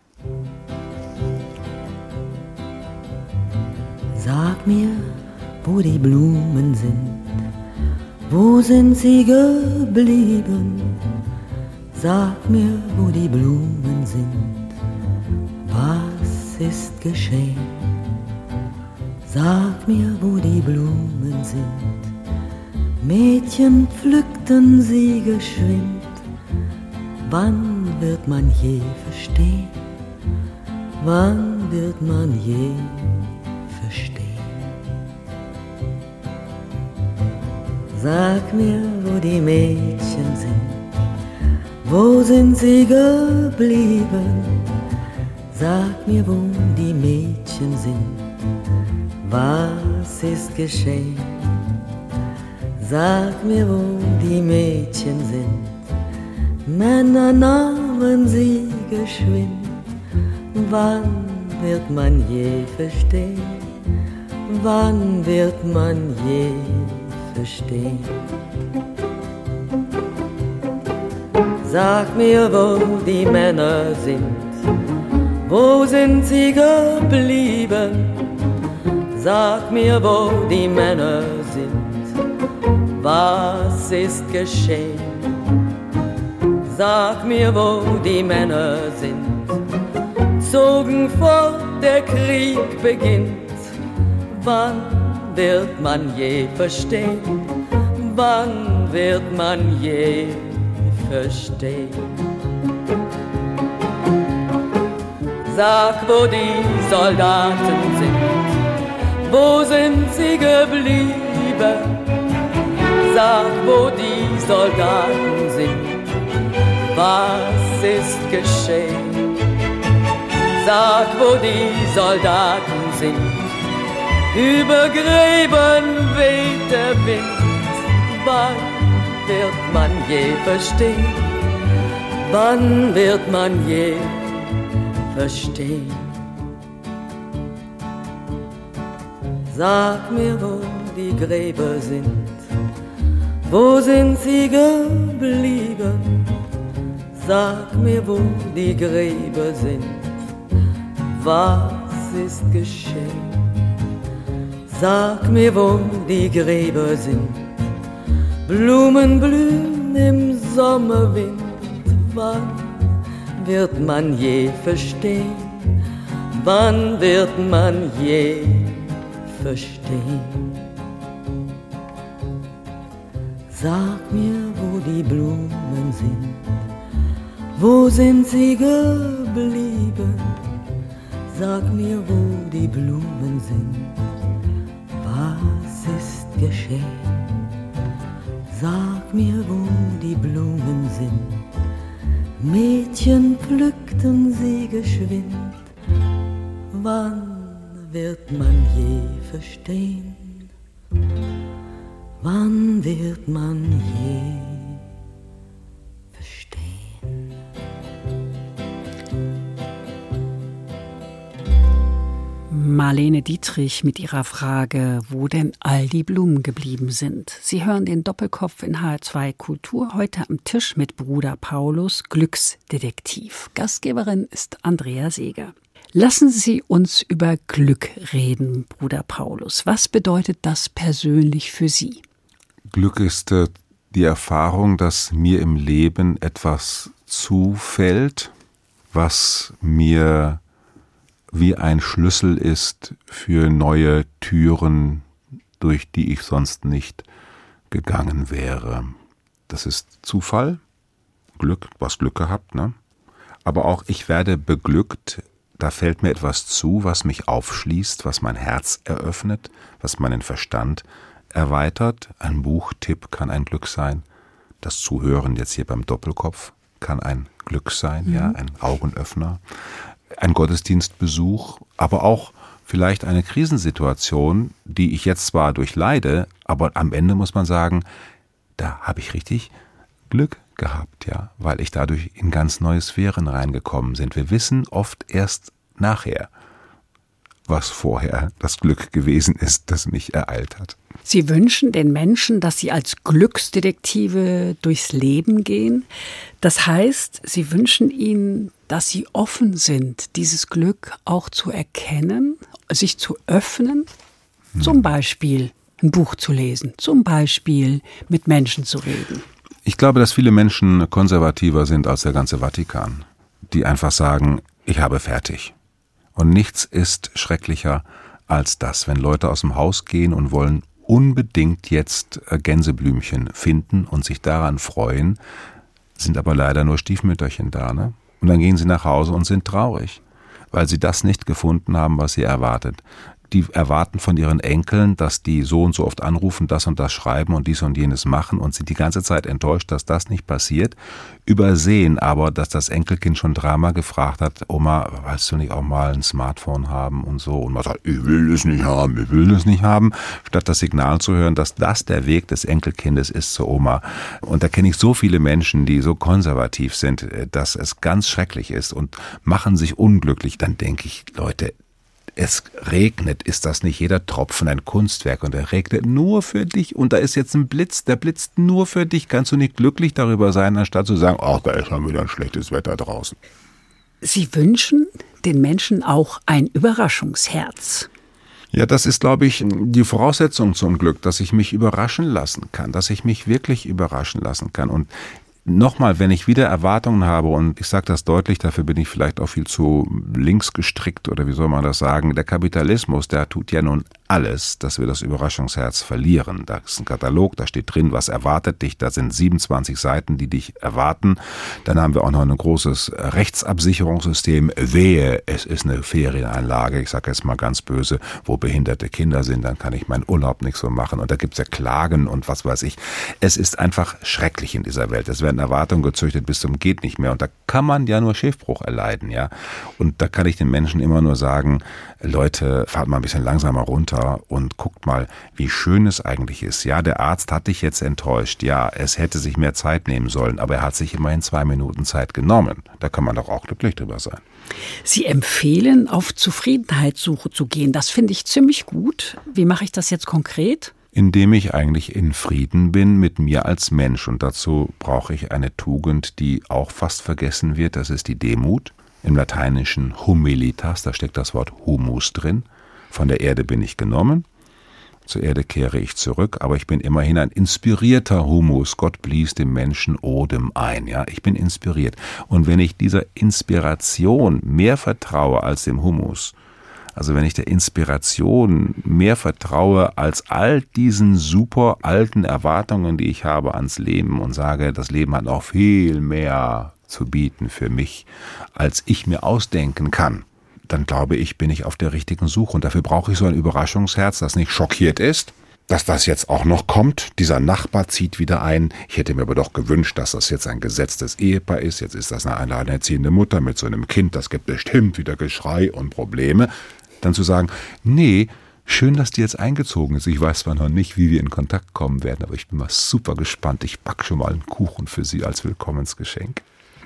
Sag mir, wo die Blumen sind, wo sind sie geblieben? Sag mir, wo die Blumen sind, was ist geschehen? Sag mir, wo die Blumen sind, Mädchen pflückten sie geschwind. Wann wird man je verstehen? Wann wird man je verstehen? Sag mir, wo die Mädchen sind, wo sind sie geblieben? Sag mir, wo die Mädchen sind, was ist geschehen? Sag mir, wo die Mädchen sind, Männer nahmen sie geschwind. Wann wird man je verstehen? Wann wird man je verstehen? Sag mir, wo die Männer sind, wo sind sie geblieben? Sag mir, wo die Männer sind, was ist geschehen? Sag mir, wo die Männer sind, zogen fort, der Krieg beginnt. Wann wird man je verstehen? Wann wird man je verstehen? Sag, wo die Soldaten sind, wo sind sie geblieben? Sag, wo die Soldaten sind, was ist geschehen? Sag, wo die Soldaten sind, über Gräben weht der Wind. Wann wird man je verstehen? Wann wird man je verstehen? Sag mir, wo die Gräber sind, wo sind sie geblieben? Sag mir, wo die Gräber sind, was ist geschehen? Sag mir, wo die Gräber sind, Blumen blühen im Sommerwind. Wann wird man je verstehen? Wann wird man je verstehen? Sag mir, wo die Blumen sind, wo sind sie geblieben? Sag mir, wo die Blumen sind, was ist geschehen? Sag mir, wo die Blumen sind, Mädchen pflückten sie geschwind. Wann wird man je verstehen? Wann wird man je verstehen? Marlene Dietrich mit ihrer Frage, wo denn all die Blumen geblieben sind. Sie hören den Doppelkopf in H R zwei Kultur, heute am Tisch mit Bruder Paulus, Glücksdetektiv. Gastgeberin ist Andrea Seeger. Lassen Sie uns über Glück reden, Bruder Paulus. Was bedeutet das persönlich für Sie? Glück ist äh, die Erfahrung, dass mir im Leben etwas zufällt, was mir wie ein Schlüssel ist für neue Türen, durch die ich sonst nicht gegangen wäre. Das ist Zufall, Glück, du hast Glück gehabt, ne? Aber auch ich werde beglückt, da fällt mir etwas zu, was mich aufschließt, was mein Herz eröffnet, was meinen Verstand erweitert. Ein Buchtipp kann ein Glück sein, das Zuhören jetzt hier beim Doppelkopf kann ein Glück sein, mhm. ja, ein Augenöffner. Ein Gottesdienstbesuch, aber auch vielleicht eine Krisensituation, die ich jetzt zwar durchleide, aber am Ende muss man sagen, da habe ich richtig Glück gehabt, ja, weil ich dadurch in ganz neue Sphären reingekommen bin. Wir wissen oft erst nachher, was vorher das Glück gewesen ist, das mich ereilt hat. Sie wünschen den Menschen, dass sie als Glücksdetektive durchs Leben gehen. Das heißt, Sie wünschen ihnen, dass sie offen sind, dieses Glück auch zu erkennen, sich zu öffnen, hm. zum Beispiel ein Buch zu lesen, zum Beispiel mit Menschen zu reden. Ich glaube, dass viele Menschen konservativer sind als der ganze Vatikan, die einfach sagen, ich habe fertig. Und nichts ist schrecklicher als das, wenn Leute aus dem Haus gehen und wollen unbedingt jetzt Gänseblümchen finden und sich daran freuen, sind aber leider nur Stiefmütterchen da, ne? Und dann gehen sie nach Hause und sind traurig, weil sie das nicht gefunden haben, was sie erwartet. Die erwarten von ihren Enkeln, dass die so und so oft anrufen, das und das schreiben und dies und jenes machen und sind die ganze Zeit enttäuscht, dass das nicht passiert, übersehen aber, dass das Enkelkind schon dreimal gefragt hat, Oma, willst du nicht auch mal ein Smartphone haben und so? Und man sagt, ich will das nicht haben, ich will das nicht haben, statt das Signal zu hören, dass das der Weg des Enkelkindes ist zur Oma. Und da kenne ich so viele Menschen, die so konservativ sind, dass es ganz schrecklich ist und machen sich unglücklich. Dann denke ich, Leute, es regnet, ist das nicht jeder Tropfen ein Kunstwerk und er regnet nur für dich und da ist jetzt ein Blitz, der blitzt nur für dich. Kannst du nicht glücklich darüber sein, anstatt zu sagen, ach, da ist schon wieder ein schlechtes Wetter draußen. Sie wünschen den Menschen auch ein Überraschungsherz. Ja, das ist, glaube ich, die Voraussetzung zum Glück, dass ich mich überraschen lassen kann, dass ich mich wirklich überraschen lassen kann. Und nochmal, wenn ich wieder Erwartungen habe, und ich sage das deutlich, dafür bin ich vielleicht auch viel zu links gestrickt oder wie soll man das sagen, der Kapitalismus, der tut ja nun alles, dass wir das Überraschungsherz verlieren. Da ist ein Katalog, da steht drin, was erwartet dich, da sind siebenundzwanzig Seiten, die dich erwarten. Dann haben wir auch noch ein großes Rechtsabsicherungssystem. Wehe, es ist eine Ferienanlage, ich sage jetzt mal ganz böse, wo behinderte Kinder sind, dann kann ich meinen Urlaub nicht so machen und da gibt's ja Klagen und was weiß ich. Es ist einfach schrecklich in dieser Welt. Es werden Erwartungen gezüchtet bis zum geht nicht mehr und da kann man ja nur Schiffbruch erleiden, ja. Und da kann ich den Menschen immer nur sagen, Leute, fahrt mal ein bisschen langsamer runter und guckt mal, wie schön es eigentlich ist. Ja, der Arzt hat dich jetzt enttäuscht. Ja, es hätte sich mehr Zeit nehmen sollen, aber er hat sich immerhin zwei Minuten Zeit genommen. Da kann man doch auch glücklich drüber sein. Sie empfehlen, auf Zufriedenheitssuche zu gehen. Das finde ich ziemlich gut. Wie mache ich das jetzt konkret? Indem ich eigentlich in Frieden bin mit mir als Mensch. Und dazu brauche ich eine Tugend, die auch fast vergessen wird. Das ist die Demut. Im Lateinischen humilitas, da steckt das Wort humus drin. Von der Erde bin ich genommen, zur Erde kehre ich zurück, aber ich bin immerhin ein inspirierter Humus. Gott blies dem Menschen Odem ein, ja, ich bin inspiriert. Und wenn ich dieser Inspiration mehr vertraue als dem Humus, also wenn ich der Inspiration mehr vertraue als all diesen super alten Erwartungen, die ich habe ans Leben und sage, das Leben hat noch viel mehr zu bieten für mich, als ich mir ausdenken kann, dann glaube ich, bin ich auf der richtigen Suche. Und dafür brauche ich so ein Überraschungsherz, das nicht schockiert ist, dass das jetzt auch noch kommt. Dieser Nachbar zieht wieder ein. Ich hätte mir aber doch gewünscht, dass das jetzt ein gesetztes Ehepaar ist. Jetzt ist das eine alleinerziehende Mutter mit so einem Kind. Das gibt bestimmt wieder Geschrei und Probleme. Dann zu sagen, nee, schön, dass die jetzt eingezogen ist. Ich weiß zwar noch nicht, wie wir in Kontakt kommen werden, aber ich bin mal super gespannt. Ich backe schon mal einen Kuchen für Sie als Willkommensgeschenk.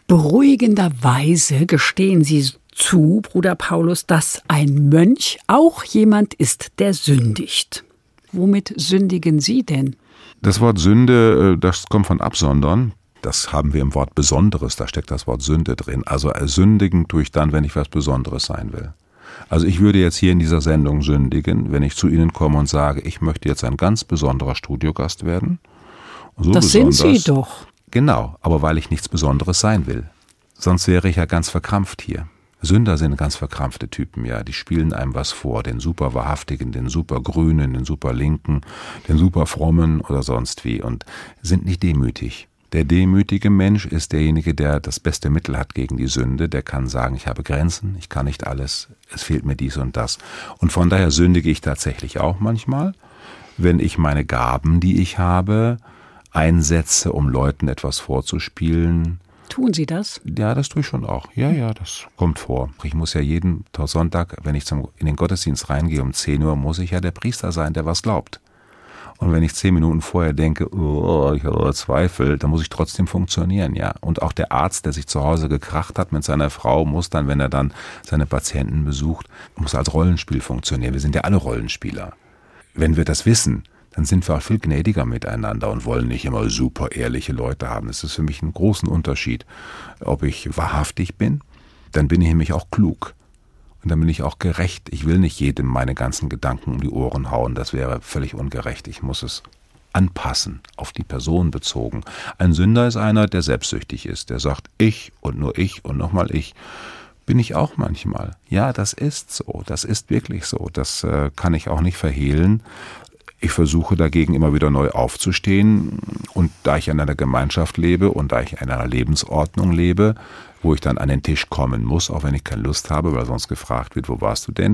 Beruhigenderweise gestehen Sie zu, Bruder Paulus, dass ein Mönch auch jemand ist, der sündigt. Womit sündigen Sie denn? Das Wort Sünde, das kommt von absondern. Das haben wir im Wort Besonderes, da steckt das Wort Sünde drin. Also sündigen tue ich dann, wenn ich was Besonderes sein will. Also ich würde jetzt hier in dieser Sendung sündigen, wenn ich zu Ihnen komme und sage, ich möchte jetzt ein ganz besonderer Studiogast werden. So das sind Sie doch. Genau, aber weil ich nichts Besonderes sein will. Sonst wäre ich ja ganz verkrampft hier. Sünder sind ganz verkrampfte Typen, ja. Die spielen einem was vor, den super Wahrhaftigen, den super Grünen, den super Linken, den super Frommen oder sonst wie und sind nicht demütig. Der demütige Mensch ist derjenige, der das beste Mittel hat gegen die Sünde. Der kann sagen, ich habe Grenzen, ich kann nicht alles, es fehlt mir dies und das. Und von daher sündige ich tatsächlich auch manchmal, wenn ich meine Gaben, die ich habe, einsetze, um Leuten etwas vorzuspielen. Tun Sie das? Ja, das tue ich schon auch. Ja, ja, das kommt vor. Ich muss ja jeden Sonntag, wenn ich zum, in den Gottesdienst reingehe um zehn Uhr, muss ich ja der Priester sein, der was glaubt. Und wenn ich zehn Minuten vorher denke, oh, ich habe Zweifel, dann muss ich trotzdem funktionieren, ja. Und auch der Arzt, der sich zu Hause gekracht hat mit seiner Frau, muss dann, wenn er dann seine Patienten besucht, muss als Rollenspiel funktionieren. Wir sind ja alle Rollenspieler. Wenn wir das wissen, dann sind wir auch viel gnädiger miteinander und wollen nicht immer super ehrliche Leute haben. Es ist für mich einen großen Unterschied, ob ich wahrhaftig bin, dann bin ich nämlich auch klug. Und dann bin ich auch gerecht. Ich will nicht jedem meine ganzen Gedanken um die Ohren hauen. Das wäre völlig ungerecht. Ich muss es anpassen, auf die Person bezogen. Ein Sünder ist einer, der selbstsüchtig ist. Der sagt, ich und nur ich und nochmal ich. Bin ich auch manchmal. Ja, das ist so. Das ist wirklich so. Das äh, kann ich auch nicht verhehlen. Ich versuche dagegen immer wieder neu aufzustehen. Und da ich in einer Gemeinschaft lebe und da ich in einer Lebensordnung lebe, wo ich dann an den Tisch kommen muss, auch wenn ich keine Lust habe, weil sonst gefragt wird, wo warst du denn?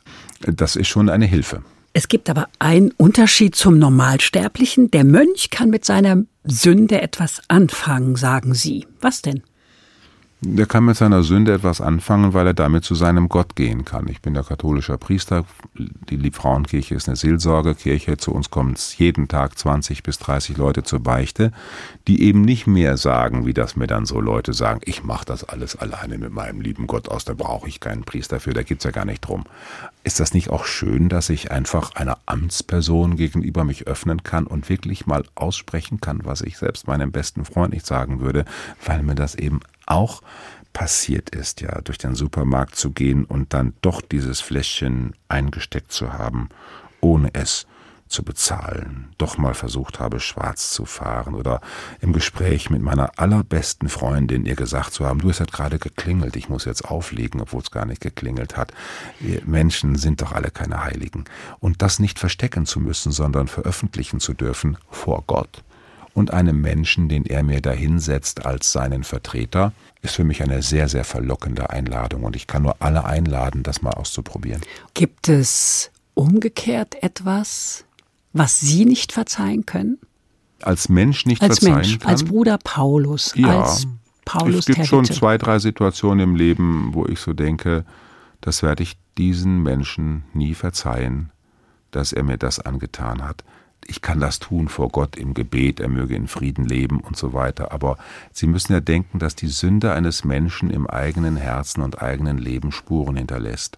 Das ist schon eine Hilfe. Es gibt aber einen Unterschied zum Normalsterblichen. Der Mönch kann mit seiner Sünde etwas anfangen, sagen Sie. Was denn? Der kann mit seiner Sünde etwas anfangen, weil er damit zu seinem Gott gehen kann. Ich bin der katholischer Priester, die Liebfrauenkirche ist eine Seelsorgerkirche, zu uns kommen jeden Tag zwanzig bis dreißig Leute zur Beichte, die eben nicht mehr sagen, wie das mir dann so Leute sagen, ich mache das alles alleine mit meinem lieben Gott aus, da brauche ich keinen Priester für, da geht's ja gar nicht drum. Ist das nicht auch schön, dass ich einfach einer Amtsperson gegenüber mich öffnen kann und wirklich mal aussprechen kann, was ich selbst meinem besten Freund nicht sagen würde, weil mir das eben auch passiert ist, ja, durch den Supermarkt zu gehen und dann doch dieses Fläschchen eingesteckt zu haben, ohne es zu bezahlen, doch mal versucht habe, schwarz zu fahren oder im Gespräch mit meiner allerbesten Freundin ihr gesagt zu haben, du, es hat gerade geklingelt, ich muss jetzt auflegen, obwohl es gar nicht geklingelt hat. Wir Menschen sind doch alle keine Heiligen. Und das nicht verstecken zu müssen, sondern veröffentlichen zu dürfen vor Gott und einem Menschen, den er mir dahinsetzt als seinen Vertreter, ist für mich eine sehr, sehr verlockende Einladung. Und ich kann nur alle einladen, das mal auszuprobieren. Gibt es umgekehrt etwas, was Sie nicht verzeihen können? Als Mensch nicht als verzeihen Mensch, kann? Als Bruder Paulus, ja, als Paulus es gibt Terwitte. schon zwei, drei Situationen im Leben, wo ich so denke, das werde ich diesen Menschen nie verzeihen, dass er mir das angetan hat. Ich kann das tun vor Gott im Gebet, er möge in Frieden leben und so weiter. Aber Sie müssen ja denken, dass die Sünde eines Menschen im eigenen Herzen und eigenen Leben Spuren hinterlässt.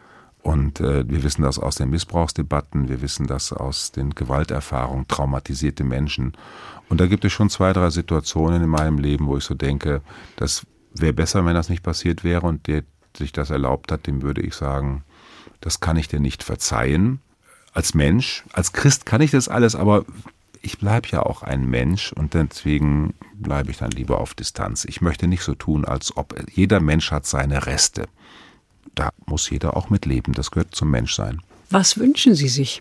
Und äh, wir wissen das aus den Missbrauchsdebatten, wir wissen das aus den Gewalterfahrungen, traumatisierte Menschen. Und da gibt es schon zwei, drei Situationen in meinem Leben, wo ich so denke, das wäre besser, wenn das nicht passiert wäre. Und der sich das erlaubt hat, dem würde ich sagen, das kann ich dir nicht verzeihen. Als Mensch, als Christ kann ich das alles, aber ich bleibe ja auch ein Mensch und deswegen bleibe ich dann lieber auf Distanz. Ich möchte nicht so tun, als ob jeder Mensch hat seine Reste. Da muss jeder auch mit leben, das gehört zum Menschsein. Was wünschen Sie sich?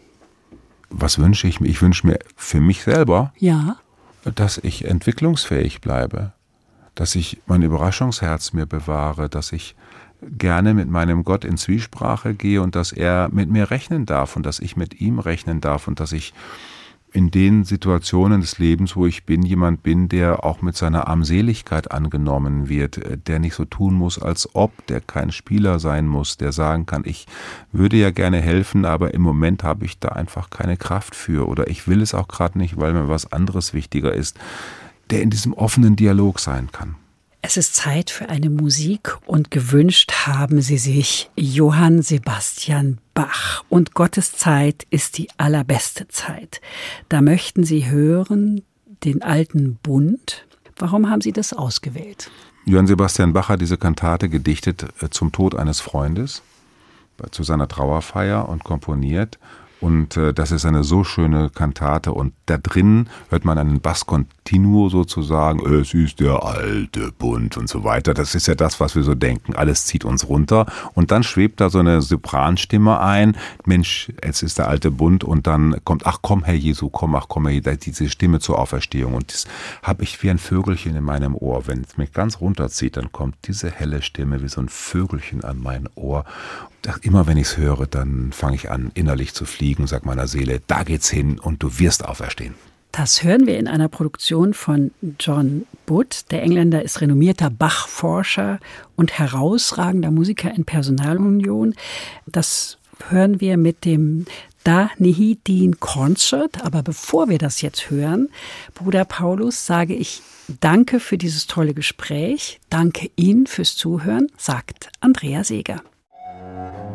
Was wünsche ich mir? Ich wünsche mir für mich selber, ja, dass ich entwicklungsfähig bleibe, dass ich mein Überraschungsherz mir bewahre, dass ich gerne mit meinem Gott in Zwiesprache gehe und dass er mit mir rechnen darf und dass ich mit ihm rechnen darf und dass ich in den Situationen des Lebens, wo ich bin, jemand bin, der auch mit seiner Armseligkeit angenommen wird, der nicht so tun muss, als ob, der kein Spieler sein muss, der sagen kann, ich würde ja gerne helfen, aber im Moment habe ich da einfach keine Kraft für oder ich will es auch gerade nicht, weil mir was anderes wichtiger ist, der in diesem offenen Dialog sein kann. Es ist Zeit für eine Musik und gewünscht haben Sie sich Johann Sebastian Bach. Und Gottes Zeit ist die allerbeste Zeit. Da möchten Sie hören den alten Bund. Warum haben Sie das ausgewählt? Johann Sebastian Bach hat diese Kantate gedichtet zum Tod eines Freundes, zu seiner Trauerfeier und komponiert. Und äh, das ist eine so schöne Kantate und da drin hört man einen Bass continuo sozusagen, es ist der alte Bund und so weiter. Das ist ja das, was wir so denken, alles zieht uns runter und dann schwebt da so eine Sopranstimme ein, Mensch, jetzt ist der alte Bund und dann kommt, ach komm Herr Jesu, komm, ach komm Herr Jesu, diese Stimme zur Auferstehung und das habe ich wie ein Vögelchen in meinem Ohr. Wenn es mich ganz runterzieht, dann kommt diese helle Stimme wie so ein Vögelchen an mein Ohr. Immer wenn ich es höre, dann fange ich an, innerlich zu fliegen und sage meiner Seele, da geht's hin und du wirst auferstehen. Das hören wir in einer Produktion von John Butt. Der Engländer ist renommierter Bach-Forscher und herausragender Musiker in Personalunion. Das hören wir mit dem Da Nihi Din Concert. Aber bevor wir das jetzt hören, Bruder Paulus, sage ich danke für dieses tolle Gespräch. Danke Ihnen fürs Zuhören, sagt Andrea Seeger.